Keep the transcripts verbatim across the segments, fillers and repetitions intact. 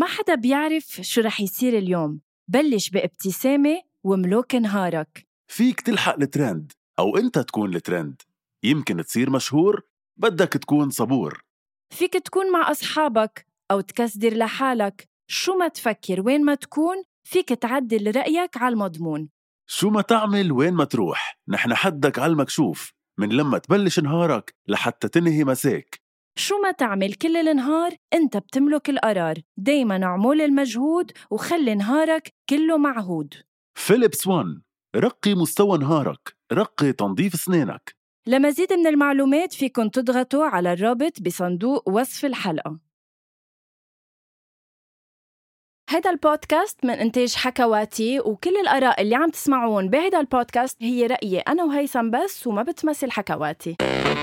ما حدا بيعرف شو رح يصير اليوم. بلش بابتسامة وملوك نهارك. فيك تلحق الترند أو أنت تكون الترند. يمكن تصير مشهور، بدك تكون صبور. فيك تكون مع أصحابك أو تكسدر لحالك. شو ما تفكر وين ما تكون، فيك تعدل رأيك على المضمون. شو ما تعمل وين ما تروح، نحن حدك على المكشوف. من لما تبلش نهارك لحتى تنهي مساك. شو ما تعمل كل النهار، انت بتملك القرار. دايما اعمل المجهود وخلي نهارك كله معهود. فيليبس وان، رقي مستوى نهارك، رقي تنظيف سنينك. لمزيد من المعلومات فيكن تضغطوا على الرابط بصندوق وصف الحلقة. هذا البودكاست من إنتاج حكواتي، وكل الآراء اللي عم تسمعون بهذا البودكاست هي رأيي أنا وهيثم بس، وما بتمثل حكواتي.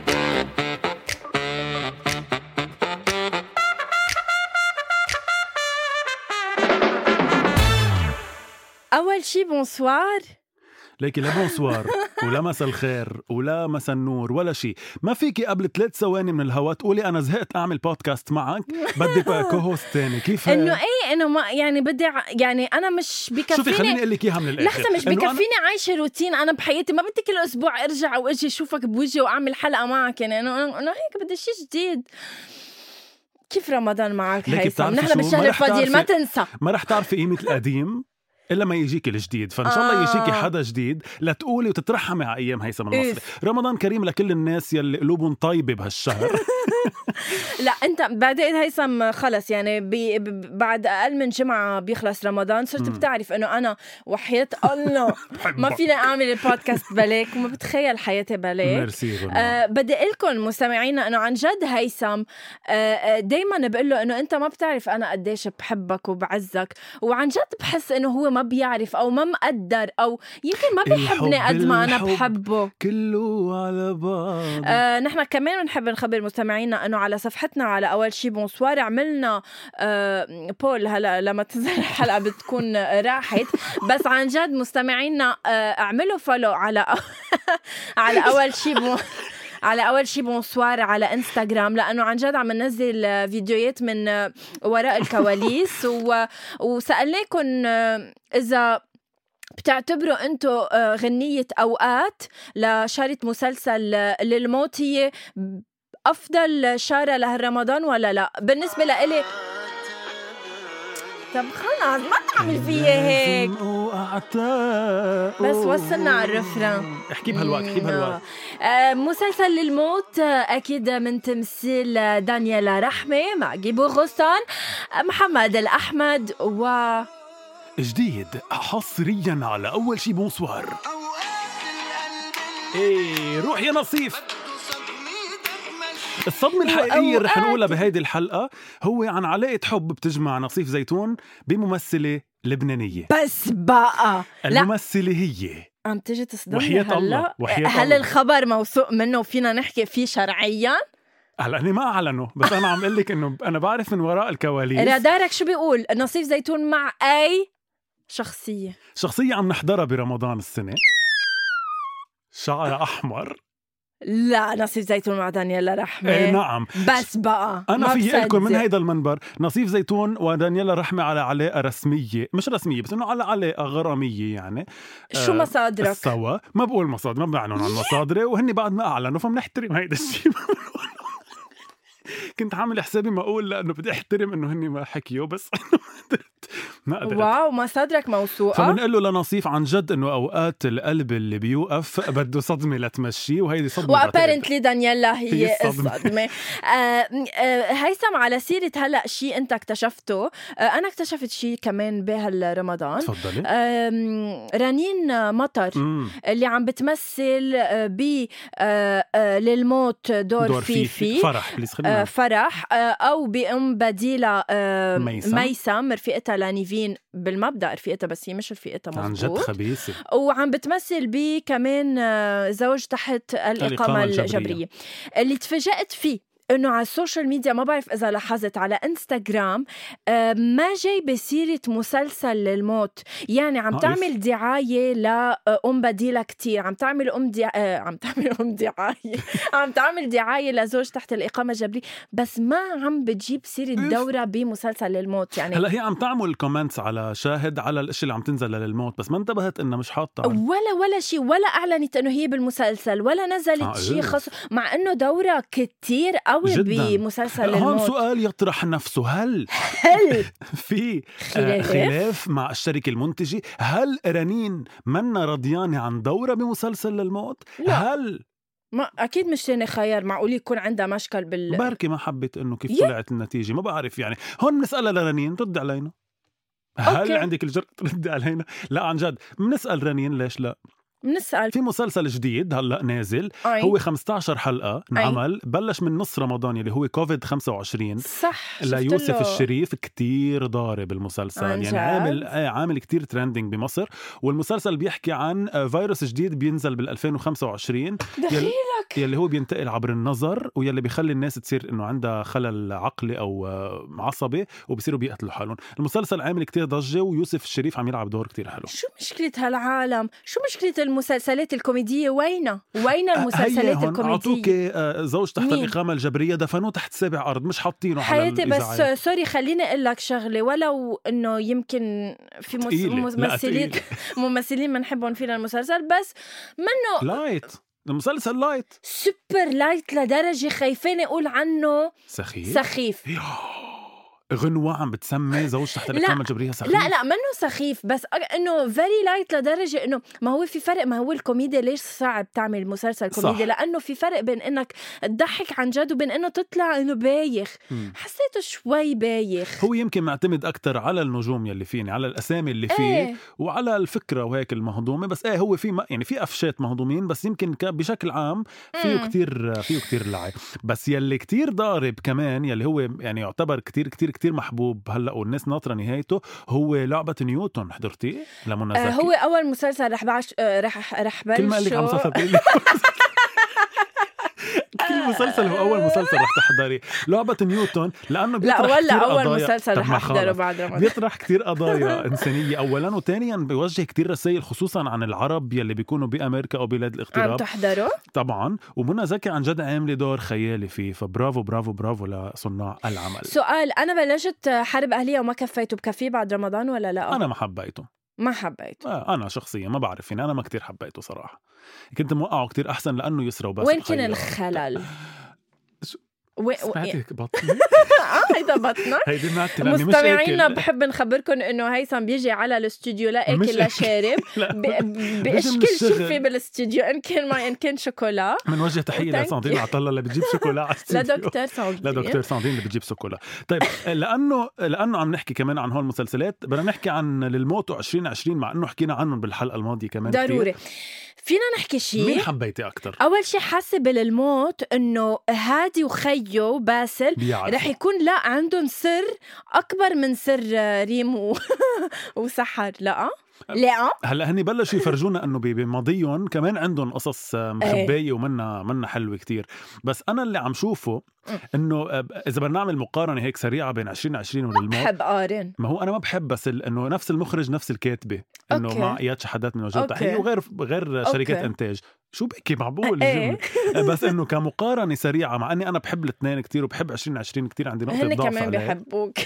أول شي بونسوار. ليكي لا بونسوار ولا مساء الخير ولا مساء النور ولا شيء. ما فيكي قبل ثلاث ثواني من الهواء تقولي أنا زهقت أعمل بودكاست معك، بدي بقى كوهوست تاني. كيف إنه إيه إنه ما يعني بدي ع... يعني أنا مش بكفيني. شوفي خليني أقول لك إياها من الآخر. لحظة، مش بكفيني أنا... عايشة روتين أنا بحياتي. ما بدي كل أسبوع أرجع وأجي أشوفك بوجهي وأعمل حلقة معك. يعني إنه إنه هيك بدي شيء جديد. كيف رمضان معك هيثم؟ نحن بالشهر الفضيل ما تنسى. ما رح تعرفي قيمة القديم إلا ما يجيك الجديد. فإن شاء الله يجيكي حدا جديد لتقولي وتترحمي على أيام هيثم المصري. رمضان كريم لكل الناس يلي قلوبهم طيبة بهالشهر. لا أنت بعدين هيثم خلص يعني بي بعد أقل من جمعة بيخلص رمضان. صرت بتعرف إنه أنا وحياة الله ما فينا أعمل البودكاست بلاك، وما بتخيل حياتي بلاك. آه بدي أقولكم مستمعينا إنه عن جد هيثم آه دايما بقول له إنه أنت ما بتعرف أنا قديش بحبك وبعزك، وعن جد بحس إنه هو ما بيعرف أو ما مقدر أو يمكن ما بيحبني قد ما أنا بحبه. كله على بعض. آه نحن كمان بنحب نخبر مستمعينا إنه على صفحتنا على أول شي بونسوار عملنا آه بول. هلا لما تنزل الحلقة بتكون راحت، بس عن جد مستمعينا آه اعملوا فولو على على أول شي بون على أول شي بونسوار على إنستغرام، لأنه عن جد عم ننزل فيديوهات من وراء الكواليس. و... وسألناكم إذا بتعتبروا أنتو غنية أوقات لشارة مسلسل للموت هي أفضل شارة لهالرمضان ولا لا. بالنسبة لإلي طب خلاص ما تعمل فيها هيك، بس وصلنا على الرفران. احكي بهالوقت احكي بهالوقت. آه مسلسل للموت أكيد من تمثيل دانييلا رحمة مع جيبو غصان، محمد الأحمد و جديد حصريا على أول شي بونسوار. ايه روح يا نصيف. الصدمة الحقيقية اللي رح نقولها بهيدي الحلقة هو عن علاقة حب بتجمع نصيف زيتون بممثلة لبنانية. بس بقى الممثلة هي عم تيجي تصدمني هلا. هل الله. الخبر موثوق منه وفينا نحكي فيه شرعيا؟ هلا أنا ما أعلنوا، بس أنا عم قلك إنه أنا بعرف من وراء الكواليس. رادارك شو بيقول؟ نصيف زيتون مع أي شخصية؟ شخصية عم نحضرها برمضان السنة، شعر أحمر. لا نصيف زيتون مع دانييلا رحمة. ايه نعم. بس بقى أنا في لكم من هيدا المنبر نصيف زيتون ودانييلا رحمة على علاقة رسمية، مش رسمية بس إنه على علاقة غرامية يعني. شو مصادرك؟ سوا ما بقول مصادر، ما بعنون عن مصادري، وهني بعد ما أعلنوا فمنحترم هيدا الشيء. كنت عامل حسابي ما أقول لأنه بدي أحترم إنه هني ما حكيوا، بس ما قدرت. واو مصادرك موثوقة. فبنقول له لنصيف عن جد إنه أوقات القلب اللي بيوقف بده صدمة لتمشي، وهيدي صدمة. وأبارنتلي دانييلا هي, هي الصدمة. الصدمة. آه آه هيثم على سيرة هلأ شيء أنت اكتشفته، آه أنا اكتشفت شيء كمان بهالرمضان. تفضلي. آه رنين مطر مم. اللي عم بتمثل آه ب آه آه للموت دور, دور فيفي في. فرح آه فرح آه أو بأم بديلة آه ميسم, ميسم رفيقتها لنيفين. بالمبدأ رفيقتها بس هي مش رفيقتها مزبوط، عن جد خبيثة. وعم بتمثل بي كمان زوج تحت الإقامة الجبرية. الجبرية اللي تفاجأت فيه انه على السوشيال ميديا، ما بعرف اذا لاحظت على انستغرام آه ما جاي بسيرة مسلسل للموت، يعني عم تعمل دعاية لأم بديلة كتير، عم تعمل أم دي... آه عم تعمل أم دعاية عم تعمل دعاية لزوج تحت الإقامة الجبرية، بس ما عم بتجيب سيرة دورة بمسلسل للموت. يعني هلا هي عم تعمل كومنتس على شاهد على الاشي اللي عم تنزل للموت، بس ما انتبهت انها مش حاطة ولا ولا شيء، ولا أعلنت إنه هي بالمسلسل، ولا نزلت آه شيء إيه. خاص، مع إنه دورة كتير قوي جداً. بمسلسل هون للموت. سؤال يطرح نفسه، هل هل في خلاف؟ خلاف مع الشركة المنتجة؟ هل رنين منا رضيانة عن دورة بمسلسل للموت؟ لا. هل ما أكيد مش لاني خيار، معقول يكون عندها مشكل بال بركي ما حبت انه كيف يه. طلعت النتيجة؟ ما بعرف يعني. هون بنسألها لرنين، رد علينا. هل أوكي. عندك الجرأة ترد علينا؟ لا عن جد بنسأل رنين ليش لا. بنسأل. في مسلسل جديد هلأ نازل أي. هو خمسة عشر حلقة انعمل، بلش من نص رمضان اللي هو كوفيد خمسة وعشرين. صح. ليوسف له. الشريف كتير ضارب المسلسل، عن يعني جد؟ عامل آه عامل كتير ترندنج بمصر. والمسلسل بيحكي عن آه فيروس جديد بينزل بال ألفين وخمسة وعشرين دخيلك يلي هو بينتقل عبر النظر، ويلي بيخلي الناس تصير انه عندها خلل عقلي او آه عصبي، وبصيروا بيقتلوا حالهم. المسلسل عامل كتير ضجة، ويوسف الشريف عم يلعب دور كتير حلو. شو مشكلة هالعالم؟ شو مشكلة المسلسلات الكوميدية؟ وينها؟ وين المسلسلات الكوميدية؟ عطوك آه زوج تحت مين؟ الإقامة الجبرية دفنوه تحت سابع أرض، مش حاطينه على حياتي. الإذاعات. بس سوري خليني اقول لك شغله، ولو انه يمكن في مس... ممثلين ممثلين بنحبهم فينا المسلسل، بس منه لايت. المسلسل لايت، سوبر لايت لدرجه خايفين اقول عنه سخيف. سخيف. غنوة عم بتسمي زوج تحت الإقامة الجبرية سخيف. لا لا منه سخيف، بس انه فيري لايت لدرجه انه ما هو في فرق. ما هو الكوميديا ليش صعب تعمل مسلسل كوميديا؟ لانه في فرق بين انك تضحك عن جد وبين انه تطلع انه بايخ. م. حسيته شوي بايخ. هو يمكن معتمد اكتر على النجوم يلي فيني، على الاسامي اللي فيه ايه. وعلى الفكره وهيك المهضومه. بس ايه هو في يعني في افشات مهضومين، بس يمكن بشكل عام فيه كتير فيه كتير لعب. بس يلي كتير ضارب كمان، يلي هو يعني يعتبر كتير كتير كتير محبوب هلا والناس ناطره نهايته، هو لعبه نيوتن. حضرتيه لمنى زكي؟ آه هو اول مسلسل رح بعش آه رح رح بلشه. كل ما قال لك عم مسلسل كل مسلسل هو اول مسلسل رح تحضري لعبة نيوتن، لانه بيطرح لا ولا كتير اول قضايا. مسلسل رح احضره بعد رمضان. بيطرح كتير قضايا انسانيه اولا، وثانيا بيوجه كتير رسائل خصوصا عن العرب يلي بيكونوا بامريكا او بلاد الاغتراب. عم تحضره طبعا. ومنى زكي عن جد عامله دور خيالي فيه، فبرافو برافو برافو لصناع العمل. سؤال، انا بلشت حرب اهليه وما كفيته، بكفيه بعد رمضان ولا لا؟ انا ما حبيته. ما حبيته. آه أنا شخصيا ما بعرف، يعني أنا ما كتير حبيته صراحة. كنت موقعه كتير أحسن لأنه يسرى وبس. وين كان الخلل؟ و... سمعتك بطني؟ اه هيدا بطنك. هيدي معتي لأني مش مستمعينا أكل. بحب نخبركم إنه هيثم بيجي على الاستوديو لا أكل لا شارب، بأشكل شيء في بالاستوديو، إن كان ما إن كان شوكولا. من وجه تحية لساندرين عطلة اللي بتجيب شوكولا على الاستوديو. لدكتور ساندرين. لدكتور ساندرين اللي بتجيب شوكولا. طيب لأنه لأنه عم نحكي كمان عن هول المسلسلات، بدنا نحكي عن للموت وعشرين عشرين، مع إنه حكينا عنهم بالحلقة الماضية كمان ضروري. كتير. فينا نحكي شيء. مين حبيتي أكتر؟ أول شيء حاسة بالموت إنه هادي وخيو باسل بيعرفوا. رح يكون لا عندهم سر أكبر من سر ريم و... وسحر. لا لا هلا هني بلشوا يفرجونا انه بماضيهم كمان عندهم قصص مخبايه ومنا منا حلوه كتير. بس انا اللي عم شوفه انه اذا بدنا نعمل مقارنه هيك سريعه بين عشرين عشرين والموت، بحب قارن. ما هو انا ما بحب، بس انه نفس المخرج نفس الكاتبه، انه مع اياد شحادات من وجه تحيه وغير غير شركات أوكي. انتاج. شو بكي معقول ايه. بس انه كمقارنه سريعه، مع اني انا بحب الاثنين كتير وبحب عشرين عشرين كتير، عندي نقطه ضعف. هن كمان بيحبوك.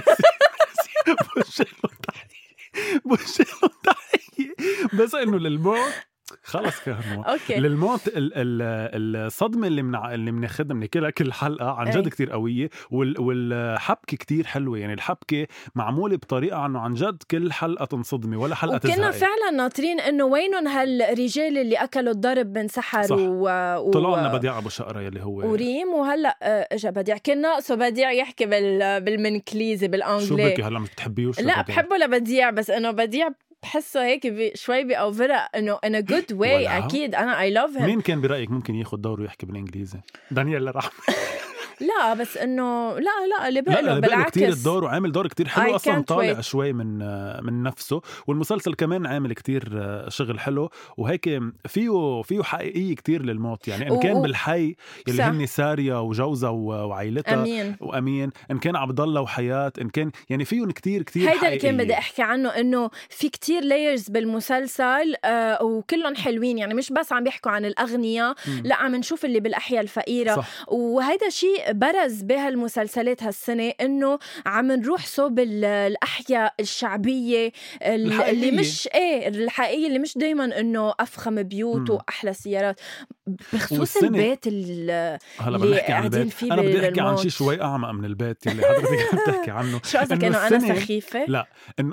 بوشلون تحية. بس انه للموت خلص كهرمو. للموت ال ال الصدمه اللي من اللي بناخذها من كل كل حلقه عن جد كتير قويه، وال والحبكه كتير حلوه. يعني الحبكه معموله بطريقه انه عن جد كل حلقه تنصدمي ولا حلقه تزهقي. وكنا فعلا ناطرين انه وينهم هالرجال اللي اكلوا الضرب من سحر و... و... طلع لنا بديع ابو شقره يلي هو وريم، وهلا اجى بديع. كان ناقصه بديع يحكي بال بالمنكليزي بالانجلي. شو بكي هلا مش بتحبيوش؟ لا بحبه لبديع، بس انه بديع بحسه هيك بي شوي بأوفرها انه in a good way. اكيد انا I love him. مين كان برايك ممكن ياخذ دوره ويحكي بالانجليزي؟ دانيال رحمة. لا بس انه لا لا اللي لا بقله اللي بقله بالعكس كتير الدور وعامل دور كتير حلو I اصلا can't طالع wait. شوي من من نفسه والمسلسل كمان عامل كتير شغل حلو وهيك فيه فيه حقيقي كتير للموت يعني ان و- كان و- بالحي اللي صح. هن ساريا وجوزها و- وعائلتها امين وامين ان كان عبد الله وحياه ان كان يعني فيهم كتير كتير هيدا اللي كان حقيقية. بدي احكي عنه انه في كتير لايرز بالمسلسل آه وكلهم حلوين يعني مش بس عم بيحكوا عن الاغنياء مم. لا عم نشوف اللي بالاحياء الفقيره صح. وهيدا شيء برز بهالمسلسلات هالسنه انه عم نروح صوب ال- الاحياء الشعبيه ال- اللي الحقيقية. مش ايه الحقيقيه اللي مش دايما انه افخم بيوت مم. واحلى سيارات بخصوص والسنة- البيت ال- هلا اللي بدنا نحكي عن قاعدين البيت فيه انا بدي احكي عن بالموت. شيء شوي اعمق من البيت اللي حضرتك عم تحكي عنه شو قصدك إنه انه انا السنة- سخيفه لا انه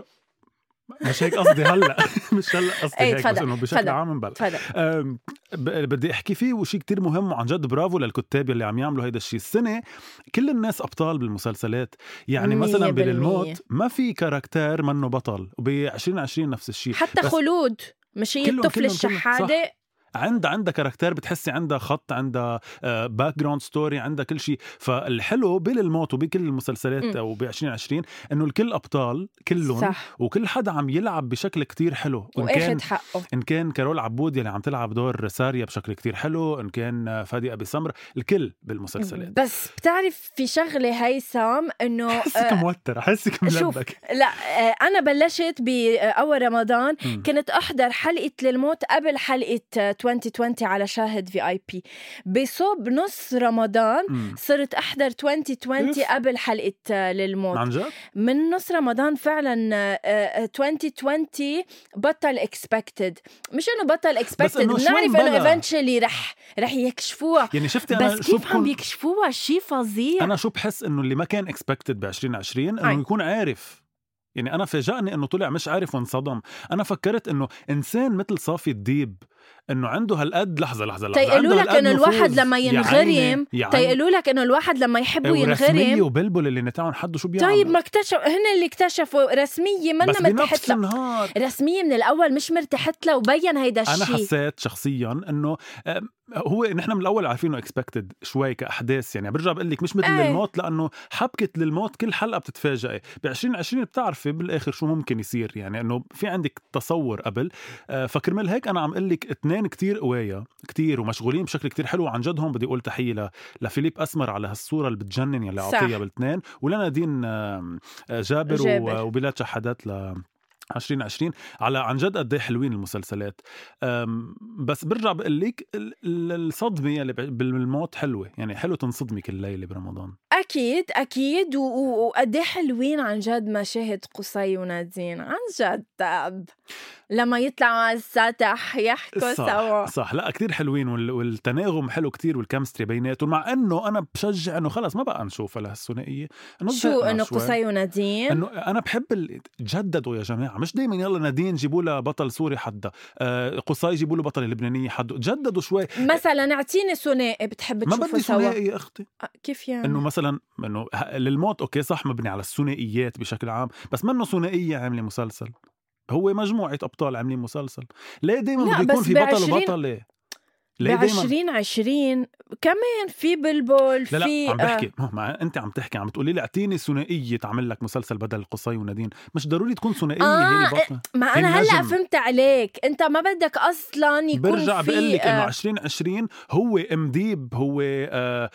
مش هيك قصدي هلا مش هلا قصدي ايه هيك بس تفضل، انه بشكل تفضل. عام بلا تفضل أم، ب- بدي احكي فيه وشي كتير مهم وعن جد برافو للكتاب اللي عم يعملوا هيدا الشيء السنه كل الناس ابطال بالمسلسلات يعني مية مثلا بالمية. بالموت ما في كاركتر منه بطل وب عشرين عشرين نفس الشيء حتى بس خلود مش هي كلهم- الطفل كلهم- كلهم. الشحاده عندها عندها كاركتر بتحسي عندها خط عندها باك جراوند ستوري عندها كل شيء فالحلو بالموت وبكل المسلسلات م. او ب عشرين عشرين انه الكل ابطال كلهم صح وكل حدا عم يلعب بشكل كتير حلو وإن كان واخد حقه إن كان كارول عبود اللي عم تلعب دور سارية بشكل كتير حلو إن كان فادي أبي سمر الكل بالمسلسلات بس بتعرف في شغله هيثم انه حسك آه، موتر حسك شوف ملبك لا آه، انا بلشت باول رمضان مم. كنت احضر حلقه للموت قبل حلقه آه، ألفين وعشرين على شاهد في اي بي بصوب نص رمضان مم. صرت احضر ألفين وعشرين أوف. قبل حلقه آه، للموت عن جد؟ من نص رمضان فعلا آه، آه، ألفين وعشرين بطل اكسبكتد مش انه بطل اكسبكتد إنه شوي بنعرف انه مبالغ. ايفنتشلي رح رح يكشفوها يعني شفتي أنا بس شو كيف عم بكون بيكشفوها شيء فظيع أنا شو بحس إنه اللي ما كان اكسبكتد ب عشرين عشرين أي. إنه يكون عارف يعني أنا فاجأني إنه طلع مش عارف وانصدم أنا فكرت إنه إنسان مثل صافي الديب إنه عنده هالقد لحظة لحظة لحظة تيقولوا عنده لك هالقد انه الواحد نفوذ. لما يا ينغرم عيني، يا عيني. تيقولوا لك انه الواحد لما يحبوا ورسمية ينغرم وبلبل اللي نتاعهم حدوا شو بيعملوا طيب ما اكتشف هن اللي اكتشفوا رسمية منا بس مرتاحت بنفس لها النهار رسمية من الأول مش مرتاحت لها وبين هيدا انا الشيء حسيت شخصيا انه آم، هو نحن من الاول عارفينه اكسبكتد شوي كاحداث يعني برجع بقول لك مش مثل ايه. الموت لانه حبكه للموت كل حلقه بتتفاجئي ب عشرين عشرين بتعرفي بالاخر شو ممكن يصير يعني انه في عندك تصور قبل آه، فكرمال هيك انا عم اقول لك اثنين كتير قوايا كتير ومشغولين بشكل كتير حلو عن جد هون بدي اقول تحيه ل- لفيليب اسمر على هالصوره اللي بتجنن يلي صح. عطيه بالاثنين ولنادين آم، آه، جابر, جابر. و- وبلاد شحادات ل عشرين عشرين على عن جد قد ايه حلوين المسلسلات أم، بس برجع بقول لك ال- ال- الصدمه اللي ب- بالموت حلوه يعني حلو تنصدمي كل ليله برمضان أكيد أكيد و- و- وقد إيه حلوين عن جد مشاهد قصي ونادين عن جد تعب لما يطلعوا على السطح يحكوا سوا صح صح لا كتير حلوين وال- والتناغم حلو كتير والكيمستري بيناتهم مع انه انا بشجع انه خلص ما بقى نشوفها لهالثنائيه انه شو زهقنا إنه شوي. قصي ونادين انه انا بحب ال... جددوا يا جماعه مش دائما يلا نادين جيبوا لها بطل سوري حدا آه قصي جيبوا له بطل لبنانيه حدا جددوا شوي مثلا اعطيني ثنائي بتحب ما تشوفه بدي سوا ثنائي يا اختي آه، كيف يعني انه مثلا انه ه- للموت اوكي صح مبني على الثنائيات بشكل عام بس منه ثنائيه عامله مسلسل هو مجموعه ابطال عاملين مسلسل ليه دايما لا، بده يكون بس في بطل بعشرين- وبطله ليه دايما بعشرين عشرين كمان في بلبل لا في لا عم آه، بحكي ما ما انت عم تحكي عم تقولي لي اعطيني ثنائيه تعمل لك مسلسل بدل قصي ونادين مش ضروري تكون ثنائيه آه، هي بطله ما هي أنا هلأ نجم. فهمت عليك أنت ما بدك أصلا يكون برجع في بقول لك انه آه، عشرين عشرين هو مديب هو آه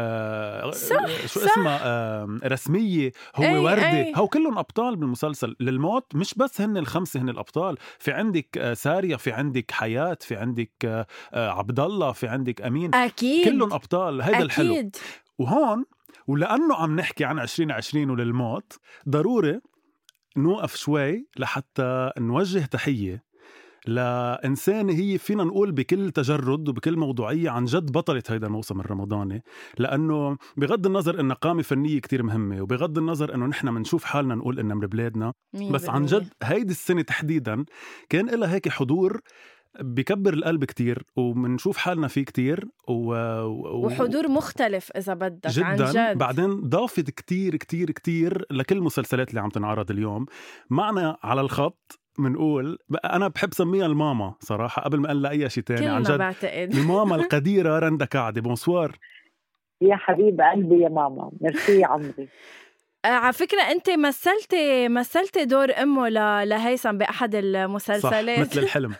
آه صح، شو صح. اسمها آه رسميه هو أي، وردة أي. هو كلهم ابطال بالمسلسل للموت مش بس هن الخمسه هن الابطال في عندك آه سارية في عندك حياة في عندك آه آه عبد الله في عندك امين أكيد كلهم ابطال هيدا الحلو أكيد وهون ولانه عم نحكي عن عشرين عشرين وللموت ضروري نوقف شوي لحتى نوجه تحيه لإنسانة هي فينا نقول بكل تجرد وبكل موضوعية عن جد بطلة هيدا الموسم الرمضاني لأنه بغض النظر إنها قامة فنية كتير مهمة وبغض النظر إنه نحن منشوف حالنا نقول إنها من بلادنا مية بس عن بالمية. جد هيدي السنة تحديدا كان لها هيك حضور بكبر القلب كتير ومنشوف حالنا فيه كتير و... و... وحضور مختلف إذا بدك جدا عن جد بعدين ضافت كتير كتير كتير لكل المسلسلات اللي عم تنعرض اليوم معنا على الخط منقول أنا بحب سميها الماما صراحة قبل ما قال أي شيء تاني عن كلنا جد بعتقد الماما القديرة رندا كعدي بونسوار يا حبيب قلبي يا ماما، ميرسي يا عمري. على فكرة أنت مثلتي مثلتي دور أمه ل- لهيثم بأحد صح، المسلسلات. مثل الحلم.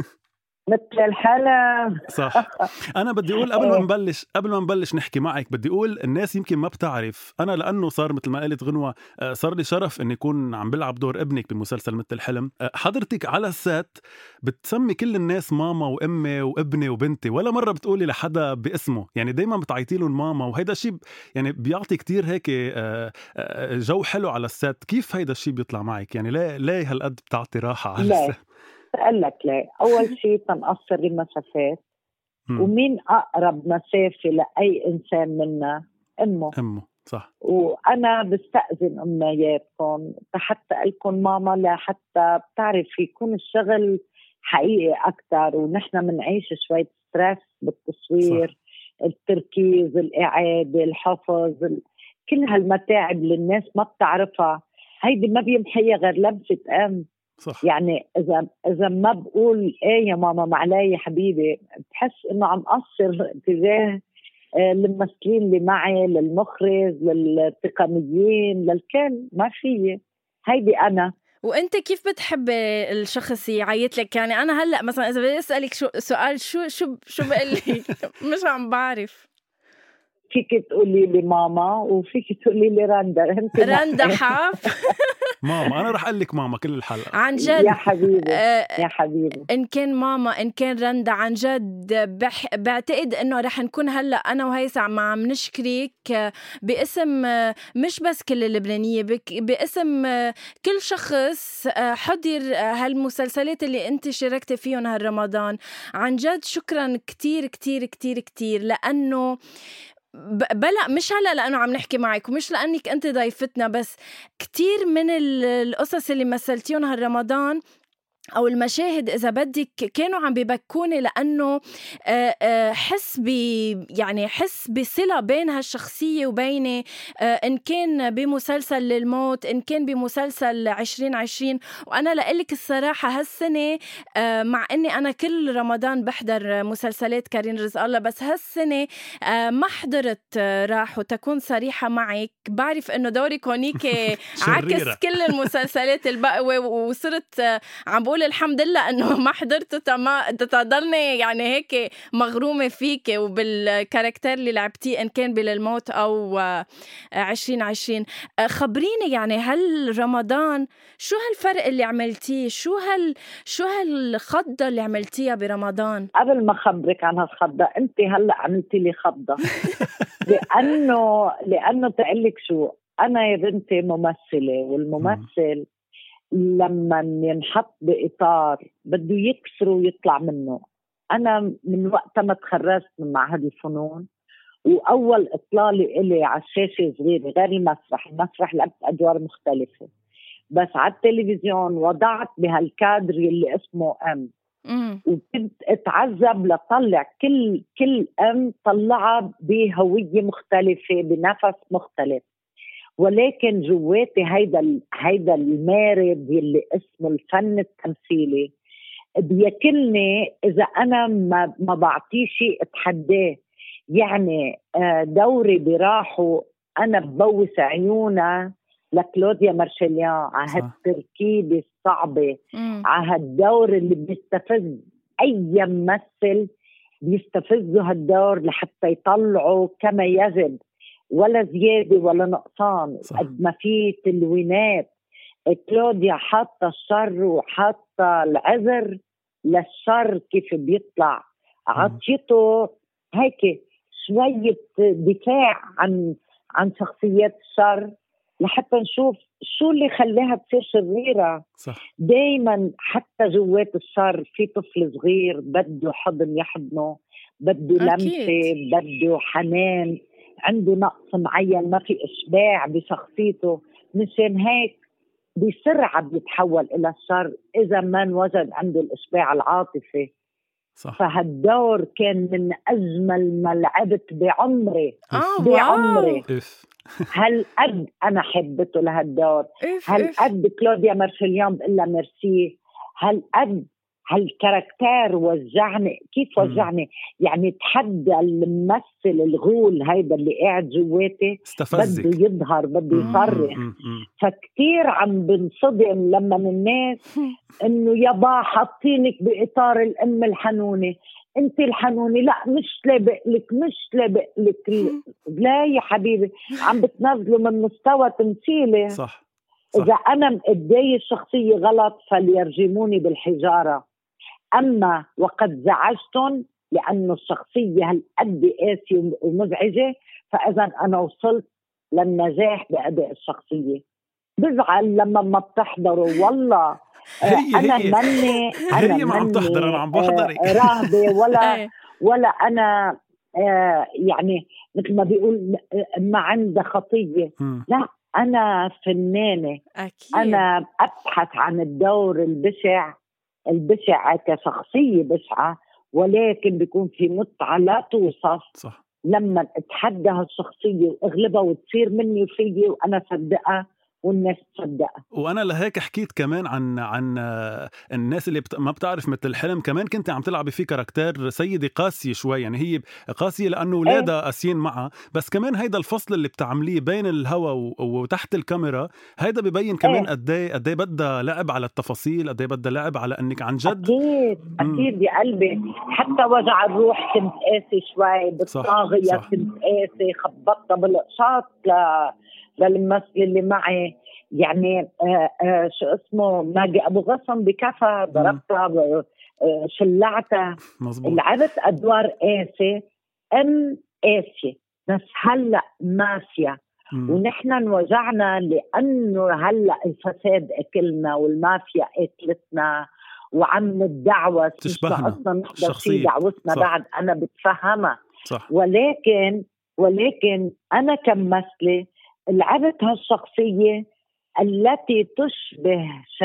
مثل الحلم. صح. أنا بدي أقول قبل ما نبلش قبل ما نبلش نحكي معك، بدي أقول الناس يمكن ما بتعرف، أنا لأنه صار مثل ما قالت غنوة، آه، صار لي شرف إني أكون عم بلعب دور ابنك بمسلسل مثل الحلم. آه، حضرتك على السات بتسمي كل الناس ماما وأمي وابني وبنتي، ولا مرة بتقولي لحدا باسمه، يعني دايما بتعيطي لهم ماما، وهيدا الشيء يعني بيعطي كتير هيك آه، آه، جو حلو على السات. كيف هيدا الشيء بيطلع معك؟ يعني ليه ليه هالقد بتعطي راحة على لا السات؟ أقول لك ليه. أول شيء تنقصر المسافات، مم. ومين أقرب مسافة لأي إنسان منا؟ أمه. أمه. صح. وأنا بستأذن أمنياتكم حتى لكم ماما، لحتى بتعرف يكون الشغل حقيقي أكتر، ونحن منعيش شوية ستريس بالتصوير. صح. التركيز، الإعادة، الحفظ، ال... كل هالمتاعب اللي الناس ما بتعرفها، هيدي ما بيمحيها غير لمسة أم. صح. يعني إذا إذا ما بقول إيه يا ماما معلي يا حبيبي، بحس إنه عم أقصر تجاه للممثلين اللي معي، للمخرج، للتقنيين، للكل. ما فيه، هيدي أنا. وانت كيف بتحبي الشخص يعيط لك؟ يعني انا هلا مثلا اذا بدي اسالك شو سؤال، شو شو شو بقول لك؟ مش عم بعرف. فيك تقولي لي ماما، وفيك تقولي لي رندا. رندا حاف. ماما، انا رح اقول لك ماما كل الحلقه. عن جد يا حبيبي. آه يا حبيبي، ان كان ماما ان كان رندا، عن جد بح بعتقد انه رح نكون هلا انا وهيثم عم نشكرك باسم مش بس كل اللبنانيه، باسم كل شخص حضر هالمسلسلات اللي انت شاركتي فيهم هالرمضان. عن جد شكرا كتير كتير كتير كتير، لانه بلا مش هلا لأنه عم نحكي معك ومش لأنك أنت ضيفتنا، بس كتير من القصص اللي مثلتيون هالرمضان أو المشاهد إذا بدك كانوا عم بيبكوني، لأنه حس ب يعني حس بصلة بين هالشخصية وبيني، إن كان بمسلسل للموت، إن كان بمسلسل عشرين عشرين. وأنا لقلك الصراحة هالسنة، مع أني أنا كل رمضان بحضر مسلسلات كارين رزق الله، بس هالسنة ما حضرت راح، وتكون صريحة معك بعرف إنه دورك هونيك عكس كل المسلسلات البقوة، وصرت عم بقول الحمد لله انه ما حضرته تما تضلني يعني هيك مغرومه فيك وبالكاركتر اللي لعبتيه، ان كان بالموت او عشرين عشرين. خبريني يعني هل رمضان شو هالفرق اللي عملتيه؟ شو هال شو هالخضه اللي عملتيها برمضان؟ قبل ما خبرك عن هالخضه، انت هلا عملتي لي خضه. لانه لانه تقلك شو، انا يا بنتي ممثله، والممثل لما ينحط بإطار بده يكسر ويطلع منه. أنا من وقت ما تخرجت من معهد الفنون، وأول إطلالي إلي على الشاشة صغيرة غير المسرح، المسرح لعبت أدوار مختلفة، بس على التلفزيون وضعت بهالكادر اللي اسمه أم، وكنت أتعذب لطلع كل كل أم طلعها بهوية مختلفة بنفس مختلف. ولكن جواتي هيدا هيدا المارد اللي اسمه الفن التمثيلي بياكلني اذا انا ما ما بعطيه شيء اتحداه. يعني دوري براحه انا ببوس عيونها لكلوديا مارشليان على هالتركيبه الصعبه، على هالدور اللي بيستفز اي ممثل، بيستفزه هالدور لحتى يطلعه كما يجب، ولا زيادة ولا نقصان. قد ما في تلوينات. كلوديا حاطة الشر وحاطة العذر للشر كيف بيطلع. عطيته هيك شوية دفاع عن عن شخصيات الشر لحتى نشوف شو اللي خلاها تصير شريرة. صح. دايما حتى جوات الشر في طفل صغير بده حضن يحضنه، بده لمسة، بده حنان، عنده نقص معين، ما في إشباع بشخصيته. مشان هيك بسرعة بيتحول إلى الشر إذا ما وجد عنده الإشباع العاطفي. صح. فهالدور كان من أجمل ما لعبت بعمري. آه بعمري هل قد أنا حبته لهالدور، هل قد كلوديا مارشليان بقلها ميرسي، هل قد هالكاركتير وجعني. كيف وجعني؟ يعني تحدى الممثل الغول هيدا اللي قاعد جواتي بده يظهر، بده يصرخ. فكتير عم بنصدم لما من الناس انه يابا حاطينك باطار الام الحنونه، انت الحنونه، لا مش لابق لك، مش لابق لك. لا يا حبيبي، عم بتنزلوا من مستوى تمثيلي. صح. صح. اذا انا مقداي الشخصيه غلط فليرجموني بالحجاره، اما وقد زعجتم لانه الشخصيه هالقد قاسيه ومزعجه، فاذا انا وصلت للنجاح باداء الشخصيه. بزعل لما ما بتحضروا. والله هي انا هي مني انا هي ما عم تحضر، انا عم بحضرك راهبه ولا ولا انا يعني مثل ما بيقول ما عندها خطيه. لا، انا فنانه. أكيد. انا ابحث عن الدور البشع البشعه كشخصيه بشعه، ولكن بيكون في متعه لا توصف. صح. لما اتحدى هالشخصيه واغلبها وتصير مني وفيي وانا صدقها والناس تصدقها. وانا لهيك حكيت كمان عن عن الناس اللي بت... ما بتعرف مثل الحلم. كمان كنت عم تلعبي فيه كاركتير سيدة قاسية شوي، يعني هي قاسية لانه اولادها ايه؟ قاسيين معها. بس كمان هيدا الفصل اللي بتعمليه بين الهوا و... وتحت الكاميرا، هيدا ببين كمان قد ايه قد ايه بدها لعب على التفاصيل، قد ايه بدها لعب على انك عن جد. اكيد اكيد يا قلبي. حتى وجع الروح كنت قاسي شوي، بالطاغية كنت قاسي، خبطتها بالقشاط ل... للممثل اللي معي. يعني آآ آآ شو اسمه ماجي أبو غصن بكفى، ضربتها، شلعتها، لعبت أدوار قاسي، أم قاسية، بس هلأ مافيا. ونحن انوجعنا لأنه هلأ الفساد أكلنا والمافيا أكلتنا وعم الدعوة تشبهنا أصلا نحضر في دعوتنا. صح. بعد أنا بتفهمها. صح. ولكن ولكن أنا كممثلة لعبت هالشخصية التي تشبه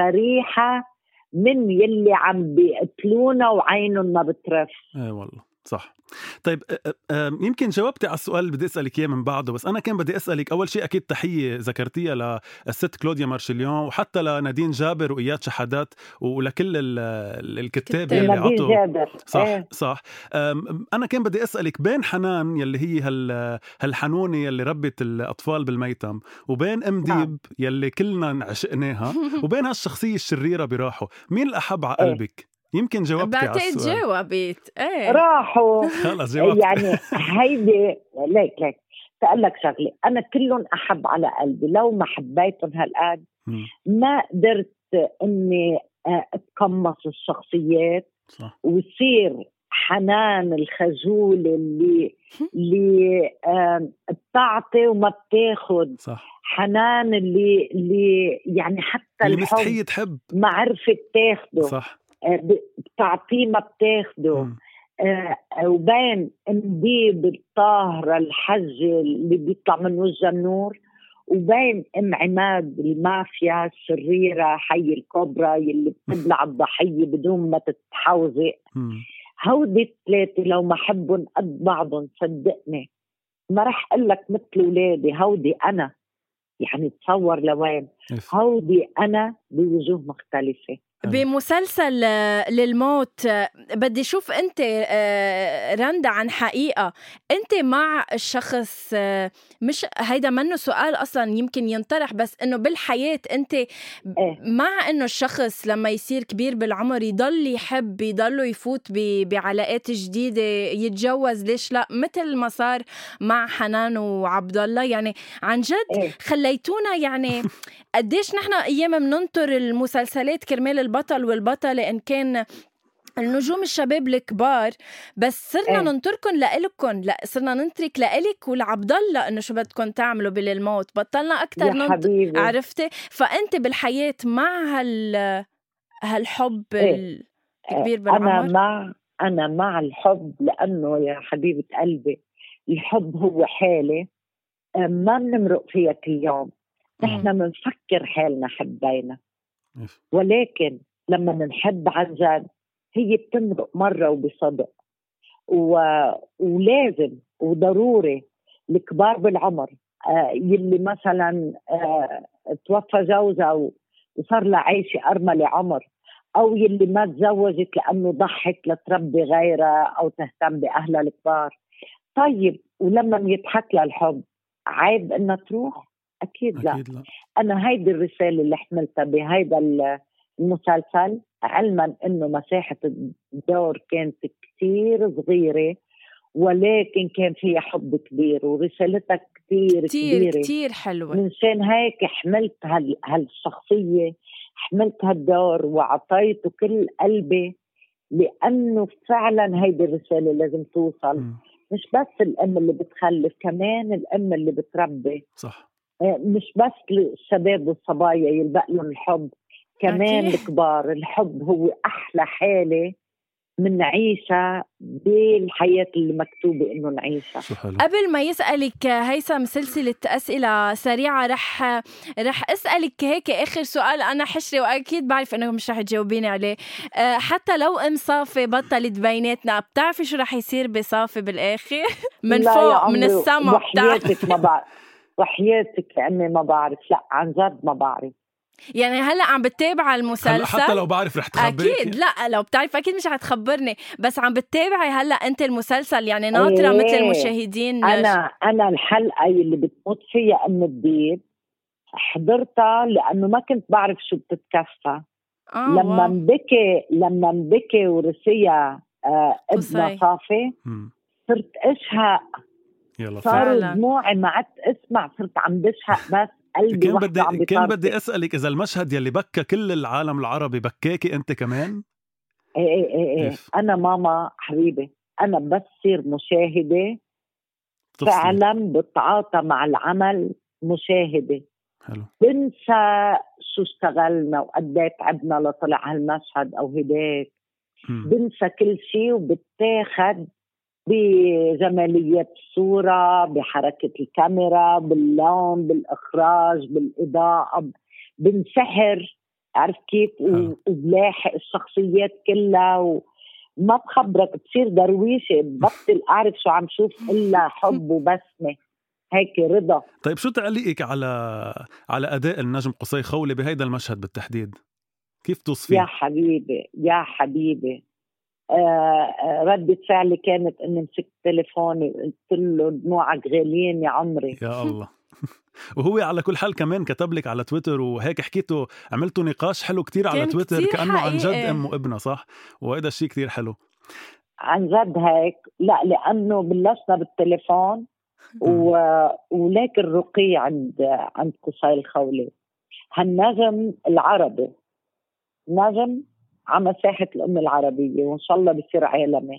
شريحة من يلي عم بيقتلونا وعينهم ما بترف. ايه والله صح. طيب يمكن جاوبتي على السؤال اللي بدي أسألك إياه من بعده، بس أنا كان بدي أسألك أول شيء أكيد تحية ذكرتيها للست كلوديا مارشليون، وحتى لنادين جابر وإياد شحادات ولكل الكتاب اللي عطوا. صح. ايه. صح. أنا كان بدي أسألك بين حنان يلي هي هالحنونة يلي ربت الأطفال بالميتم، وبين أم ديب يلي كلنا عشقناها، وبين هالشخصية الشريرة براحوا، مين الأحب على قلبك؟ يمكن جاوبتي على السؤال. جاوبت. ايه راحوا خلص جاوبت. يعني هيدي ليك ليك تقول لك شغله، انا كلهم احب على قلبي. لو ما حبيتهم هالقد ما قدرت اني اتقمص الشخصيات. صح. ويصير حنان الخجول اللي اللي بتعطي وما بتاخد. صح. حنان اللي اللي يعني حتى اللي مستحيل تحب ما عرفت تاخده. صح. بتعطيه ما بتاخده. آه وبين انديب الطاهرة الحجة اللي بيطلع من وجه النور، وبين ام عماد المافيا الشريرة حي الكوبرا اللي بتبلع الضحية بدون ما تتحوزق. هودي الثلاثة لو ما حبهم قد بعضهم صدقني ما رح قلك مثل ولادي. هودي أنا يعني تصور لوين. هودي أنا بوجوه مختلفة. بمسلسل للموت بدي شوف أنت رندا عن حقيقة، أنت مع الشخص، مش هيدا منه سؤال أصلا يمكن ينطرح، بس أنه بالحياة أنت مع أنه الشخص لما يصير كبير بالعمر يضل يحب، يضل يفوت بعلاقات جديدة، يتجوز، ليش لا، مثل ما صار مع حنان وعبد الله. يعني عن جد خليتونا يعني قديش نحن أيام مننطر المسلسلات كرمال البطل والبطلة إن كان النجوم الشباب الكبار، بس صرنا ايه. ننطركن لإلكن، لا صرنا ننترك لإلك ولعبد الله إنه شو بدكن تعملوا بالموت. بطلنا أكتر ننط... عرفتي؟ فأنت بالحياة مع هال هالحب ايه. الكبير بالعمر. أنا مع أنا مع الحب، لأنه يا حبيبة قلبي الحب هو حالة ما بنمرق فيها كل يوم. نحن منفكر حالنا حبينا، ولكن لما نحب عن جد هي بتمرق مرة وبصدق. و... ولازم وضروري الكبار بالعمر آه يلي مثلا آه توفى جوزها وصار لها عايشة أرملة عمر، أو يلي ما تزوجت لأنه ضحت لتربي غيرها أو تهتم بأهلها الكبار. طيب ولما يضحك لها الحب عيب إنها تروح؟ أكيد لا. أكيد لا. أنا هيدي الرسالة اللي حملتها بهيدا المسلسل، علما إنه مساحة الدور كانت كتير صغيرة ولكن كان فيها حب كبير ورسالتها كتير كتير كبيرة. كتير حلوة. منشان هيك حملت هال هالشخصية، حملت هالدور وعطيته كل قلبي، لأنه فعلا هيدي الرسالة لازم توصل. م. مش بس الأم اللي بتخلف، كمان الأم اللي بتربي. صح. مش بس الشباب والصبايا يلبق لهم الحب، كمان الكبار. الحب هو أحلى حالة من نعيشها بالحياة اللي مكتوبة إنه نعيشها. قبل ما يسألك هيثم سلسلة أسئلة سريعة، رح رح أسألك هيك آخر سؤال أنا حشري وأكيد بعرف إنه مش رح تجاوبيني عليه. حتى لو أم صافي بطلت بيناتنا، بتعرفي شو رح يصير بصافي بالآخر؟ من فوق من السما. وحياتك ما بعرف، وحياتك يا أمي ما بعرف، لا عن جد ما بعرف. يعني هلأ عم بتتابع المسلسل؟ حتى لو بعرف رح تخبرني؟ أكيد لا، لو بتعرف أكيد مش هتخبرني، بس عم بتتابعي هلأ أنت المسلسل يعني ناطرة إيه. مثل المشاهدين؟ أنا أنا الحلقة اللي بتموت فيها أم الديب حضرتها لأنه ما كنت بعرف شو بتتكفى. آه لما مبكي لما مبكي ورسيها آه ابن صافي صرت أشهق، صار دموعي ما عدت أسمع، صرت عم بشهق بس قلبي. كان بدي كان بدي أسألك إذا المشهد يلي بكى كل العالم العربي بكاكي أنت كمان؟ إيه إيه إيه, إيه. أنا ماما حبيبي، أنا بس صير مشاهدة تفصل. فعلا بتعاطى مع العمل مشاهدة. حلو. بنسى شو اشتغلنا وقديت تعبنا لطلع هالمشهد أو هداك. بنسى كل شيء وبتاخد بجمالية الصورة، بحركة الكاميرا، باللون، بالإخراج، بالإضاءة، بنسحر، عارف كيف، وبلاحق الشخصيات كلها وما بخبرك، بتصير درويشة، ببطل أعرف شو عم شوف إلا حب وبسمة هيك رضا. طيب شو تعليقك على على أداء النجم قصي خولي بهيدا المشهد بالتحديد؟ كيف توصفيه؟ يا حبيبي يا حبيبي، آه ردة فعلي كانت اني مسكت تليفوني وقلت له دموعك غاليين يا عمري. يا الله. وهو على كل حال كمان كتب لك على تويتر وهيك حكيتوا عملتوا نقاش حلو كتير على تويتر كتير كأنه عن جد أم وابنه، صح؟ وهذا الشيء كتير حلو عن جد هيك. لا لأنه بلشنا بالتليفون و... ولكن الرقي عند عند قصي الخولي. هالنجم العربي نجم على مساحة الأم العربية وإن شاء الله بصير عالمي.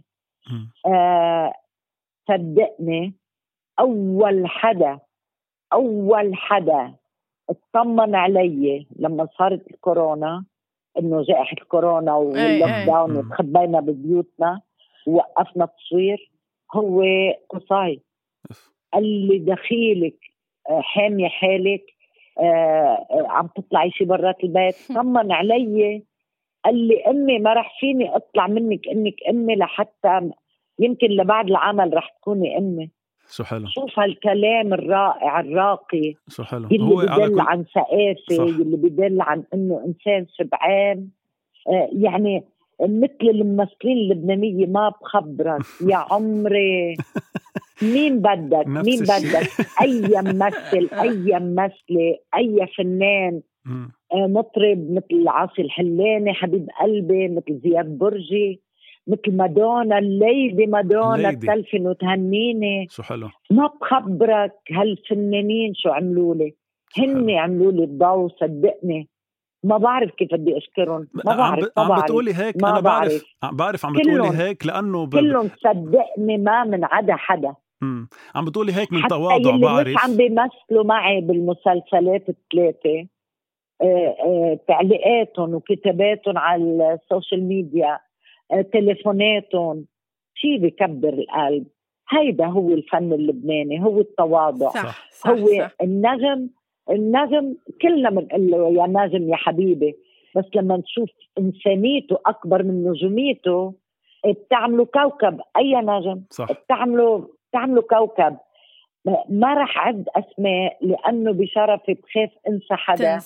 آه صدقني أول حدا أول حدا اطمن علي لما صارت الكورونا، إنه جائحة الكورونا واللوك داون وتخبينا ببيوتنا ووقفنا تصوير، هو قصي. قال لي دخيلك حامي حالك، آه عم تطلعي شي برات البيت. طمن علي، قال لي أمي ما رح فيني أطلع منك إنك أمي لحتى يمكن لبعد العمل رح تكوني أمي. شو حلو. شوف هالكلام الرائع الراقي. شو حلو. اللي هو بدل كل... عن سقاسة، اللي بدل عن إنه إنسان شبعان. آه يعني مثل الممثلين اللبنانية ما بخبرك يا عمري. مين بدك مين بدك أي ممثل أي ممثلة أي فنان آه مطرب مثل عاصي الحلاني حبيب قلبي، مثل زياد برجي، مثل مادونا الليدي مادونا التلفن وتهنيني. شو حلو. ما بخبرك هالفنانين شو عملوا لي، هني عملوا لي الضوء. صدقني ما بعرف كيف بدي أشكرهم. ما بعرف ما بعرف عم بتقولي هيك أنا بعرف بعرف عم بتقولي هيك لأنه ب... كلهم صدقني ما من عدا حدا. امم عم بتقولي هيك من تواضع. بعرف مش عم بيمثلوا معي بالمسلسلات الثلاثة، آه آه تعليقاتهم وكتاباتهم على السوشيال ميديا، آه تليفوناتهم، شيء بكبر القلب. هيدا هو الفن اللبناني، هو التواضع. صح صح هو صح. النجم النجم كلنا بنقول له يا نجم يا حبيبي، بس لما نشوف إنسانيته أكبر من نجوميته بتعملوا كوكب. أي نجم صح. بتعملوا بتعملوا كوكب. ما رح عد أسماء لأنه بشرفي بخاف أنسى حدا. تنسى.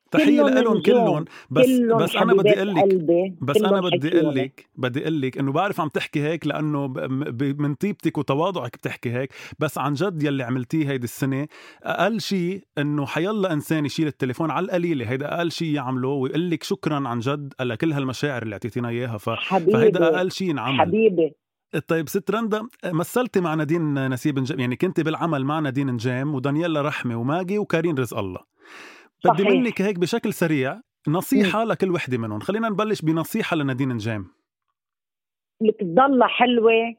تحية لهم كلهم. بس كلن بس انا بدي اقول لك قلبي. بس انا بدي اقول لك بدي اقول لك انه بعرف عم تحكي هيك لانه من طيبتك وتواضعك بتحكي هيك، بس عن جد يلي عملتيه هيدي السنه اقل شيء انه حيلا انسان يشيل التليفون على القليله، هيدا اقل شيء يعمله ويقول لك شكرا عن جد على كل هالمشاعر اللي اعطيتينا اياها. ف... فهيدا اقل شيء نعمل. حبيبي. طيب ست رندا، مثلتي مع نادين نسيب نجام، يعني كنت بالعمل مع نادين نجام ودانييلا رحمة وماجي وكارين رزق الله. بدي منك هيك بشكل سريع نصيحة م. لكل وحدة منهم. خلينا نبلش بنصيحة لنادين نجام. لك تضلها حلوة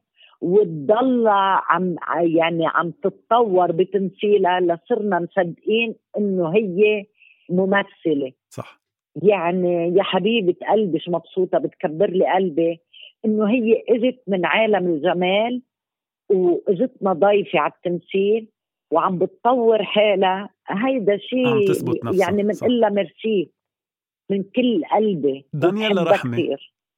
وتضلها عم يعني عم تتطور بتمثيلها لصرنا مصدقين انه هي ممثلة. صح. يعني يا حبيبة قلبي شو مبسوطة، بتكبر لي قلبي انه هي اجت من عالم الجمال واجتنا ضيفة على التمثيل وعم بتطور حالها. هيدا شيء يعني من إلا ميرسي من كل قلبي. دانييلا رحمة.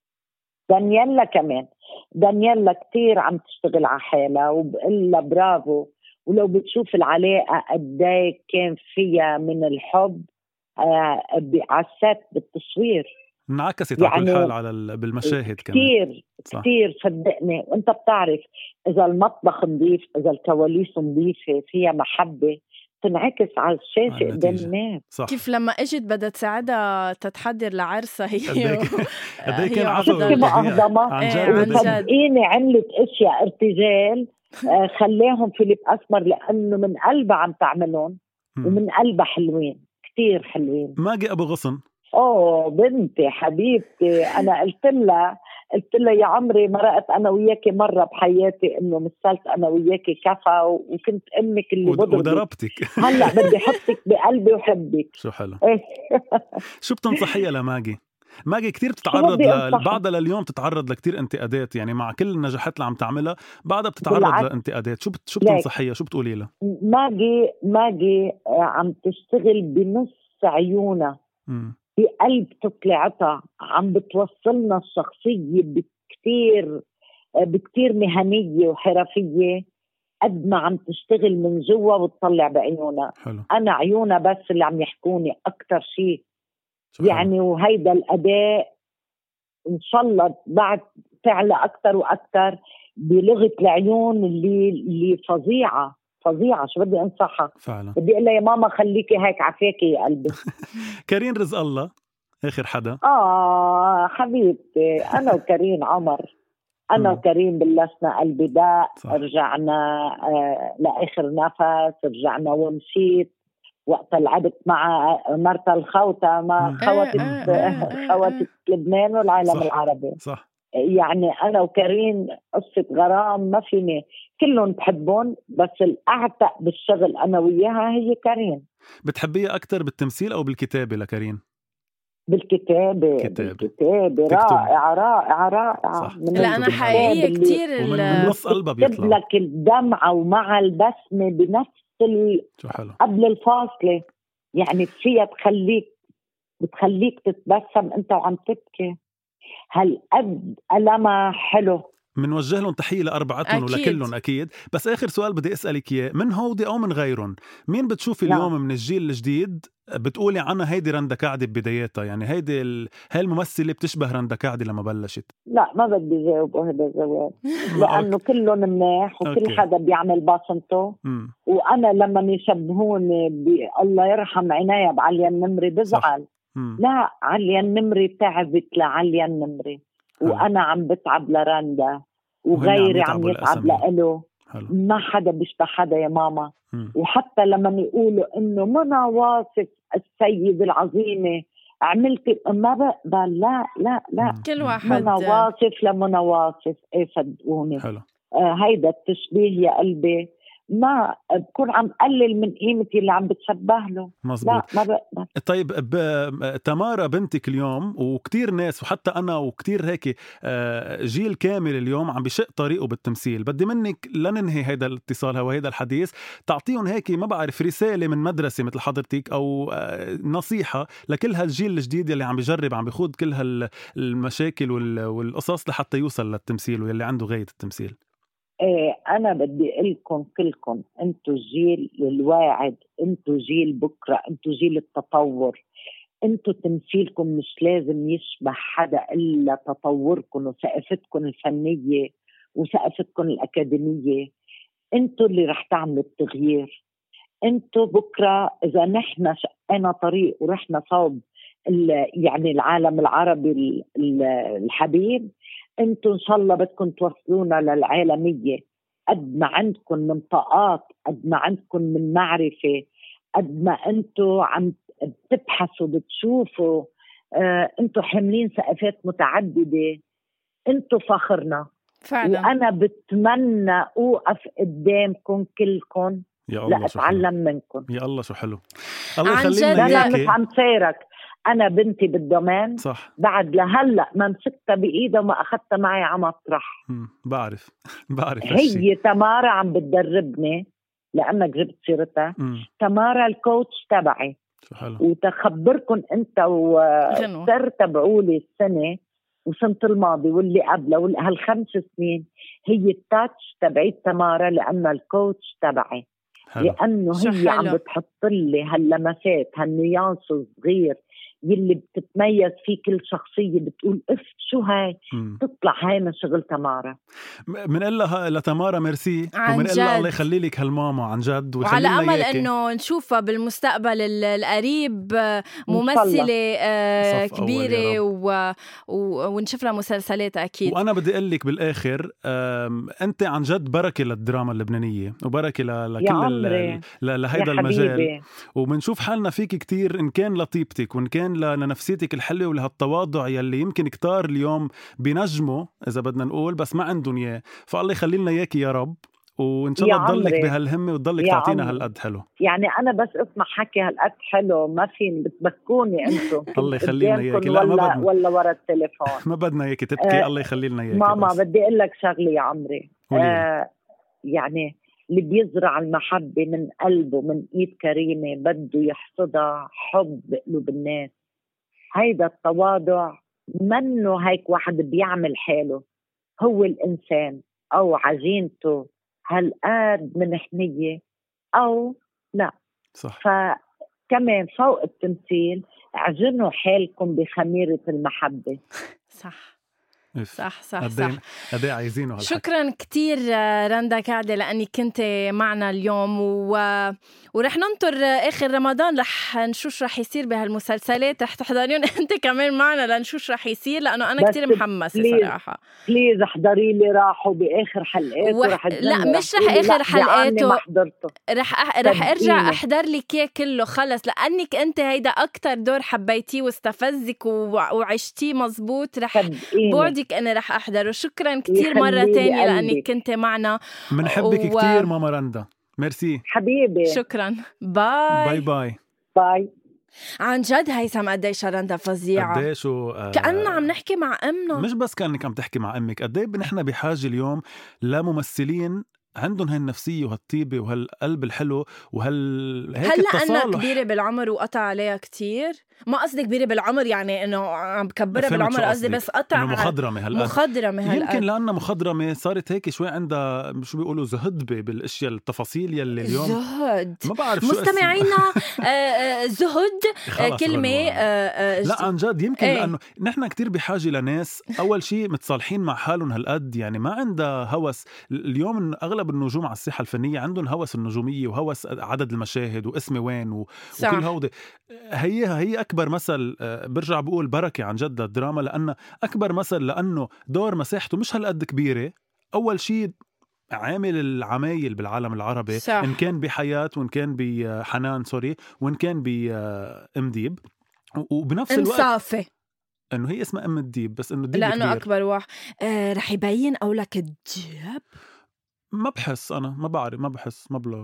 دانييلا كمان دانييلا كتير عم تشتغل على حالها وبقلها برافو. ولو بتشوف العلاقة قداي كان فيها من الحب آه بعسات بالتصوير انعكست يعني على كل حال على بالمشاهد كتير كمان. صح. كتير صدقني. وانت بتعرف اذا المطبخ نظيف، اذا الكواليس نظيفة فيها محبة، تنعكس على الشاشة قدام الناس. كيف لما اجت بدها تساعدها تتحضر لعرسها هي هي كان عفوا عن جد وصدقيني عملت اشياء ارتجال خليهم فيليب اسمر لانه من قلبها عم تعملهم ومن قلبها حلوين كتير حلوين. ماجي ابو غصن. اوه بنتي حبيبتي، انا قلت لها قلت لها يا عمري مرقت انا وياكي مره بحياتي انه مثلت انا وياكي كفا وكنت امك اللي بضربك وضربتك. هلا بدي احطك بقلبي وحبك. شو حلو. شو بتنصحيها لماجي؟ ماجي كتير بتتعرض ل... بعدها لليوم بتتعرض لكتير انتقادات، يعني مع كل النجاحات اللي عم تعملها بعدها بتتعرض لانتقادات. شو بت... شو بتنصحيها؟ شو بتقولي لها؟ ماجي ماجي عم تشتغل بنص عيونها بقلب تطلعتها، عم بتوصلنا الشخصية بكتير بكتير مهنية وحرفية قد ما عم تشتغل من جوا وتطلع بعيونها. حلو. أنا عيونها بس اللي عم يحكوني أكتر شيء يعني. وهيدا الأداء إن شاء الله بعد تعلى أكتر وأكتر بلغة العيون اللي اللي فظيعة فظيعة. شو بدي أنصحها فعلا؟ بدي أقول لها يا ماما خليكي هيك عافيكي يا قلبي. كارين رزق الله آخر حدا. آه حبيبتي أنا وكارين عمر أنا وكارين بلشنا قلبي داء. رجعنا آه لآخر نفس، رجعنا ومشيت وقت لعبت مع مرتا الخوتة ما خوتت خوتت لبنان والعالم صح. العربي. صح. يعني أنا وكارين قصة غرام ما فيني كلهم بحبهم، بس الأعتق بالشغل أنا وياها هي كارين. بتحبيها أكتر بالتمثيل أو بالكتابة لكارين؟ بالكتابة. كتابة. بالكتابة رائعة رائعة رائعة. لا أنا حقيقية كتير ومن نص قلبها بيطلع لك الدمعة ومع البسمة بنفس ال... قبل الفاصلة يعني فيها تخليك بتخليك تتبسم أنت وعم تبكي. هالقد ألمها حلو. منوجه لهم تحية لأربعتهم ولكلهم أكيد. بس آخر سؤال بدي أسألك إياه، من هودي أو من غيرهم مين بتشوفي اليوم لا. من الجيل الجديد بتقولي عنها هيدي رندا كعدي ببداياتها، يعني هيدي ال... هاي الممثلة بتشبه رندا كعدي لما بلشت؟ لا ما بدي جاوب هذا الجواب لأنه كلهم مناح وكل أوكي. حدا بيعمل بصمته. وأنا لما يشبهوني الله يرحم عناية بعليا النمري بزعل. لا عليا النمري تعبت لعليا النمري وأنا عم بتعب لرندا وغيري عم يتعب لإله. ما حدا بيشبه حدا يا ماما. م. وحتى لما يقولوا إنه منى واصف السيد العظيمة عملت ما بقبل. لا لا لا م. كل واحد منى واصف لمنى واصف. إيه صدقوني آه هيدا التشبيه يا قلبي ما بكون عم قلل من قيمتي اللي عم بتشبه له. مزبوط. لا ما بقدر. طيب تمارا بنتك اليوم وكتير ناس وحتى أنا وكتير هيك جيل كامل اليوم عم بشق طريقه بالتمثيل، بدي منك لننهي هيدا الاتصال أو هيدا الحديث تعطيهم هيك ما بعرف رسالة من مدرسة مثل حضرتك أو نصيحة لكل هالجيل الجديد يلي عم بيجرب عم بيخوض كل هالمشاكل والقصص لحتى يوصل للتمثيل واللي عنده غاية التمثيل. إيه أنا بدي أقولكم كلكم أنتوا الجيل الواعد، أنتوا جيل بكرة، أنتوا جيل التطور. انتوا تمثيلكم مش لازم يشبه حدا إلا تطوركم وثقافتكم الفنية وثقافتكم الأكاديمية. انتوا اللي رح تعملوا التغيير. انتوا بكرة إذا نحن شقنا طريق ورحنا صوب يعني العالم العربي الحبيب، انتوا إن شاء الله بدكم توصلونا للعالمية. قد ما عندكم من طاقات، قد ما عندكم من معرفة، قد ما انتوا عم بتبحثوا بتشوفوا، آه، انتوا حاملين ثقافات متعددة، انتوا فخرنا فعلا. وأنا بتمنى أوقف قدامكم كلكم لأتعلم منكم. يا الله شو حلو. الله يخلينا إياكي. أنا مش عم سيرك، أنا بنتي بالدومين صح. بعد لهلأ ما مسكتها بإيدها وما أخذتها معي عم أطرح. بعرف بعرف هي هالشي. تمارا عم بتدربني لأنك جبت سيرتها. تمارا الكوتش تبعي. وتخبركم أنت وسر تبعولي السنة وسنة الماضي واللي قبله وهالخمس سنين هي التاتش تبعي تمارا، لأن الكوتش تبعي حلو. لأنه هي عم بتحط لي هاللمسات هالنيانس الصغير يلي بتتميز فيه كل شخصية، بتقول اف شو هاي م. تطلع هاي من شغل تمارا. من إلا لتمارا ميرسي، ومن إلا الله يخلي لك هالماما عن جد، وعلى أمل أنه نشوفها بالمستقبل القريب ممثلة كبيرة و... و... ونشوف لها مسلسلات أكيد. وأنا بدي أقول لك بالآخر أنت عن جد بركة للدراما اللبنانية وبركة ل... لكل ال... ل... لهيدا المجال، ومنشوف حالنا فيك كتير، إن كان لطيبتك وإن كان لنفسيتك الحلوة ولهالتواضع يلي يمكن كتار اليوم بينجموا إذا بدنا نقول بس ما عندهم إياه. فالله يخلي لنا إياكي يا رب، وإن شاء الله تضلك بهالهمة وتضلك تعطينا هالقد حلو. يعني أنا بس اسمع حكي هالقد حلو ما فين بتبكوني أنتم. الله يخلي لنا إياكي. لا ما بدنا ولا ورا التليفون ما بدنا إياكي تبكي. آه الله يخلي لنا إياكي. ماما بدي أقول لك شغلة يا عمري. آه يعني اللي بيزرع المحبة من قلبه من إيد كريمة بده يحصدها حب بقلوب الناس. هيدا التواضع منه هيك واحد بيعمل حاله، هو الإنسان أو عجينته هالقاد من حنية أو لا. صح. فكمان فوق التمثيل عجنوا حالكم بخميرة المحبة. صح صح صح أدين صح. أدين عايزينه هالحكي. شكرا كتير رندا كعدة لأني كنت معنا اليوم و... ورح ننطر آخر رمضان رح نشوش رح يصير بهالمسلسلات، رح تحضرين أنت كمان معنا لنشوش رح يصير، لأنه أنا كتير محمسة صراحة. بليز احضري لي راحوا بآخر حلقات وح... ورح لا مش رح آخر حلقاته رح أح... رح أرجع إيه. أحضر لك إياه كله خلص، لأنك أنت هيدا أكتر دور حبيتيه واستفزك و... وعشتيه مزبوط. رح بوعدك أنا رح أحضره. شكرا كتير مرة تانية لأنك كنت معنا. منحبك و... كتير ماما رندا. ميرسي حبيبي. شكرا. باي باي باي باي. عن جد هيثم قديش رندا فظيعة، قديش آه كأننا عم نحكي مع أمنا. مش بس كأنك عم تحكي مع أمك، قديش نحن بحاجة اليوم لممثلين عندهم هالنفسية وهالطيبة وهالقلب الحلو وهال هيك التصالح. هلا أنا كبيرة بالعمر وقطع عليها كتير، ما قصدي كبيرة بالعمر يعني إنه عم بكبرها بالعمر، قصدي بس قطع مخضرمة هالقد. مخضرمة هالقد. يمكن لأنها مخضرمة صارت هيك شوي عندها شو بيقولوا زهد بالاشياء التفاصيل يلي اليوم زهد. ما بعرف مستمعينا زهد كلمة لا عن جد يمكن ايه. لأنه نحن كتير بحاجة لناس أول شيء متصالحين مع حالهم هالقد، يعني ما عندها هوس. اليوم أغلب النجوم على الساحة الفنية عندهم هوس النجومية وهوس عدد المشاهد واسمي وين و... وكل هودي. هي هي أكبر مثل برجع بقول بركة عن جد الدراما، لأن أكبر مثل لأنه دور مساحته مش هالقد كبيرة. أول شيء عامل العمايل بالعالم العربي صح. إن كان بحياة وإن كان بحنان سوري وإن كان بأمديب، وبنفس الوقت انصافي إنه هي اسمها أم الديب بس إنه ديب لأنه كبير. أكبر واحد آه رح يبين أولك الديب. ما بحس أنا ما بعرف ما بحس ما بلا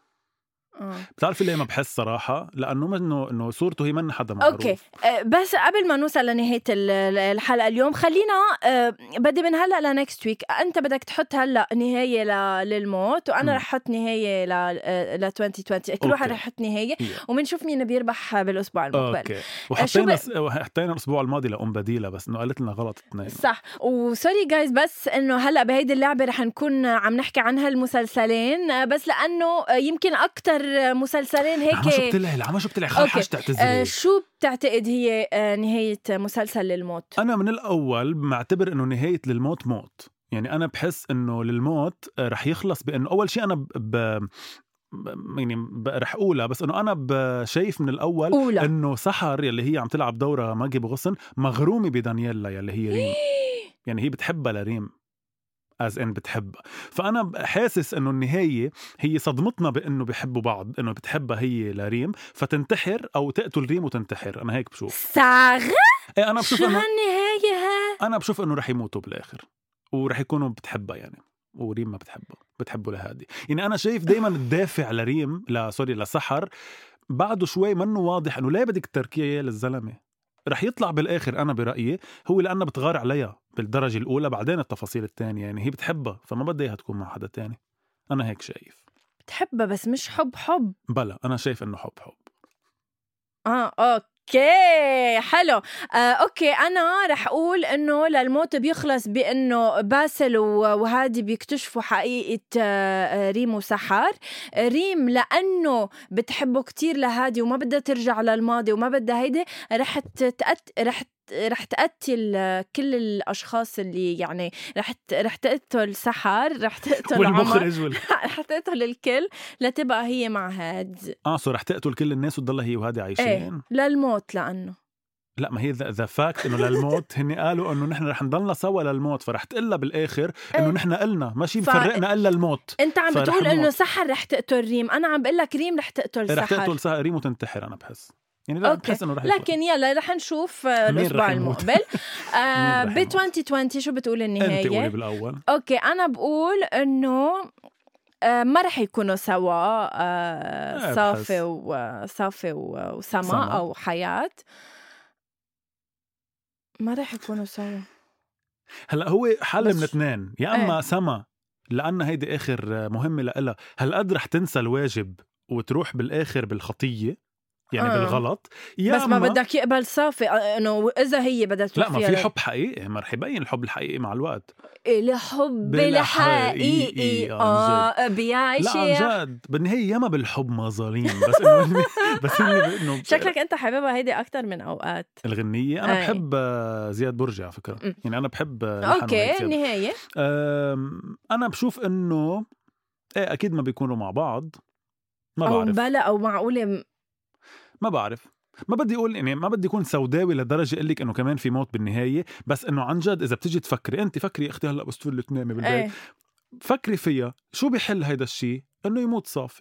آه. بتعرفي ليه ما بحس صراحة؟ لأنه منه إنه صورته هي من حدا معروف. أوكي أه بس قبل ما نوصل لنهاية الحلقة اليوم خلينا أه بدي من هلأ لنكست ويك أنت بدك تحط هلأ نهاية للموت وأنا رح أحط نهاية ل ل ألفين وعشرين. كل واحد رح يحط نهاية ومنشوف مين بيربح بالأسبوع المقبل. أوكي. وحطينا ب... حطينا الأسبوع الماضي لأم بديلة بس إنه قالت لنا غلط اثنين. صح. وسوري جايز بس إنه هلأ بهيدي اللعبة رح نكون عم نحكي عن هالمسلسلين بس لأنه يمكن أكتر اخر مسلسلين هيك. عم شو بتلعي عم شو بتلعي خل حاج تعتذري. آه شو بتعتقد هي آه نهاية مسلسل للموت؟ انا من الاول معتبر انه نهاية للموت موت. يعني انا بحس انه للموت رح يخلص بانه اول شيء انا ب... ب... يعني رح أقولها بس إنه أنا شايف من الأول أولا. إنه سحر يلي هي عم تلعب دورة ماجي بغصن مغرومة بدانييلا يلي هي ريم. يعني هي بتحبها لريم as in بتحبها. فأنا حاسس إنه النهاية هي صدمتنا بإنه بيحبوا بعض، إنه بتحبها هي لريم فتنتحر أو تقتل ريم وتنتحر. أنا هيك بشوف. ساغ إيه أنا بشوف شو إنه هالنهاية؟ أنا بشوف إنه رح يموتوا بالآخر ورح يكونوا بتحبها يعني، وريم ما بتحبه بتحبه لهادي. يعني أنا شايف دايما الدافع لريم لا سوري لسحر بعده شوي منه واضح إنه ليه بدك تركيه للزلمة. رح يطلع بالآخر أنا برأيي هو لأنه بتغار عليها بالدرجة الأولى بعدين التفاصيل التانية. يعني هي بتحبها فما بدها إياها تكون مع حدا تاني. أنا هيك شايف. بتحبها بس مش حب حب. بلا أنا شايف إنه حب حب. آه أوكي حلو. آه أوكي أنا رح أقول إنه للموت بيخلص بإنه باسل وهادي بيكتشفوا حقيقة آه ريم وسحر. ريم لأنه بتحبه كتير لهادي وما بدها ترجع للماضي وما بدها هيدا رح تتأت رح رح تقتل كل الأشخاص اللي يعني رح رح تقتل سحر رح تقتل والمخرج وال... رح تقتل الكل لتبقى هي مع هاد. اه سو رح تقتل كل الناس وتضلها هي وهادي عايشين. ايه للموت لأنه لا ما هي ذا فاكت انه للموت هني قالوا انه نحن رح نضلنا سوا للموت فرح تقلها بالاخر انه نحن قلنا ماشي مفرقنا الا الموت. انت عم بتقول انه سحر رح تقتل ريم انا عم بقول لك ريم رح تقتل سحر. رح تقتل سحر ريم وتنتحر انا بحس يعني لا بحس انه رح يطلع. لكن يلا رح نشوف الاسبوع المقبل. آه ب ألفين وعشرين شو بتقول النهايه؟ انت قولي بالاول. اوكي انا بقول انه آه ما رح يكونوا سوا آه صافي وصافي وسما او حياة ما رح يكونوا سوا. هلا هو حل من اثنين يا اما ايه. سما لأن هيدي اخر مهمه لها هل قد رح تنسى الواجب وتروح بالاخر بالخطيه يعني آه. بالغلط يا بس ما بدك يقبل صافي انه اذا هي بدها تروح. لا ما في حب حقيقي ما رح يبين الحب الحقيقي مع الوقت. الحب الحقيقي اه بيعيش. لا عن جد بالنهايه ياما بالحب مظالم بس انه بس انه شكلك انت حبيبها هيدي اكثر من اوقات الغنيه. انا أي. بحب زياد برجي على فكره م. يعني انا بحب اوكي النهايه انا بشوف انه ايه اكيد ما بيكونوا مع بعض ما أو بعرف بلا او معقوله ما بعرف ما بدي اقول يعني ما بدي يكون سوداوي لدرجه اقول لك انه كمان في موت بالنهايه بس انه عن جد اذا بتيجي تفكري انت فكري اختي هلا بس تفل تنامي بالبيت ايه. فكري فيها شو بيحل هيدا الشيء انه يموت صافي.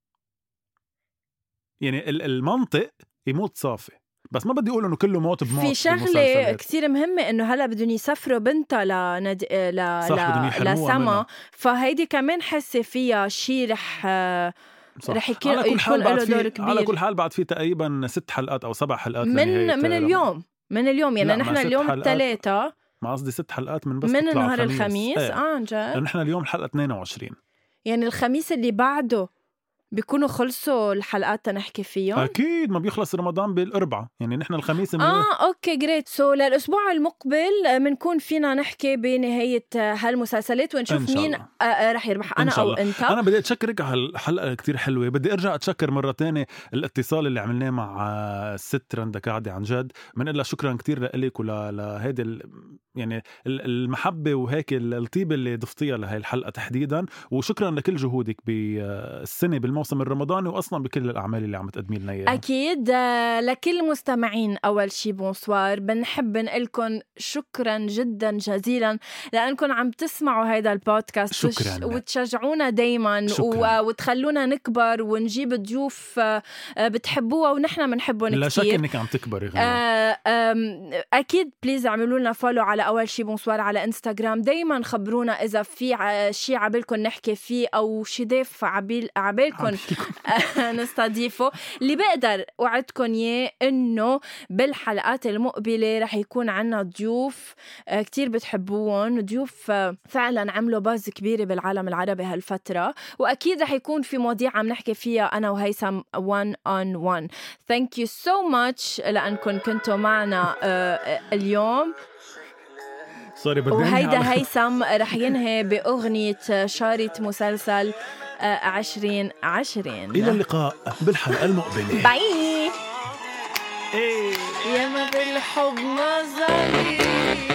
يعني المنطق يموت صافي بس ما بدي اقول انه كله موت بموت. في شغله كتير مهمه انه هلا بدهم يسافروا بنتها لند... ل ل لسما فهيدي كمان حسي فيها شيء رح رح يكون على كل حال بعد دور في على كل حال بعد في تقريبا ست حلقات او سبع حلقات من من اليوم من اليوم يعني نحن اليوم الثلاثة ما قصدي ست حلقات من بس من نهار الخميس اه عن جد نحن اليوم الحلقة اثنين وعشرين يعني الخميس اللي بعده بيكونوا خلصوا الحلقات تنحكي فيهم. أكيد ما بيخلص رمضان بالأربعة يعني نحن الخميس آه أوكي جريت. سو للأسبوع المقبل منكون فينا نحكي بنهاية هالمسلسلات ونشوف مين آه رح يربح أنا أو أنت. أنا بدي أتشكرك على هالحلقة كتير حلوة. بدي أرجع أتشكر مرة تانية الاتصال اللي عملناه مع الست رندا كعدي عن جد من إلا شكرا كتير لك ولهيدي يعني المحبة وهيك الطيبة اللي ضفتيها لهي الحلقة تحديدا وشكرا لكل جهودك بالسنة بالموسم الرمضاني وأصلا بكل الأعمال اللي عم تقدمي لنا إياها. أكيد. لكل المستمعين أول شي بونسوار بنحب نقلكم شكرا جدا جزيلا لأنكم عم تسمعوا هيدا البودكاست شكرا. وتشجعونا دايما وتخلونا نكبر ونجيب ضيوف بتحبوها ونحن بنحبهم كتير. لا شك إنك عم تكبري. أكيد بليز اعملوا لنا فولو على أول شي بونسوار على إنستغرام. دايما خبرونا إذا في شي عبالكم نحكي فيه أو شي ضيف عبيل عبالكم نستضيفه. اللي بقدر وعدكم إياه إنه بالحلقات المقبلة رح يكون عنا ضيوف كتير بتحبوهم ضيوف فعلا عملوا باز كبيرة بالعالم العربي هالفترة وأكيد رح يكون في مواضيع عم نحكي فيها أنا وهيثم one on one. Thank you so much لأنكم كنتوا معنا اليوم. سوري بدي وهيدا هيثم رح ينهي بأغنية شارة مسلسل عشرين عشرين. إلى اللقاء بالحلقة المقبلة. باي. إيه. يا ما بالحب نظري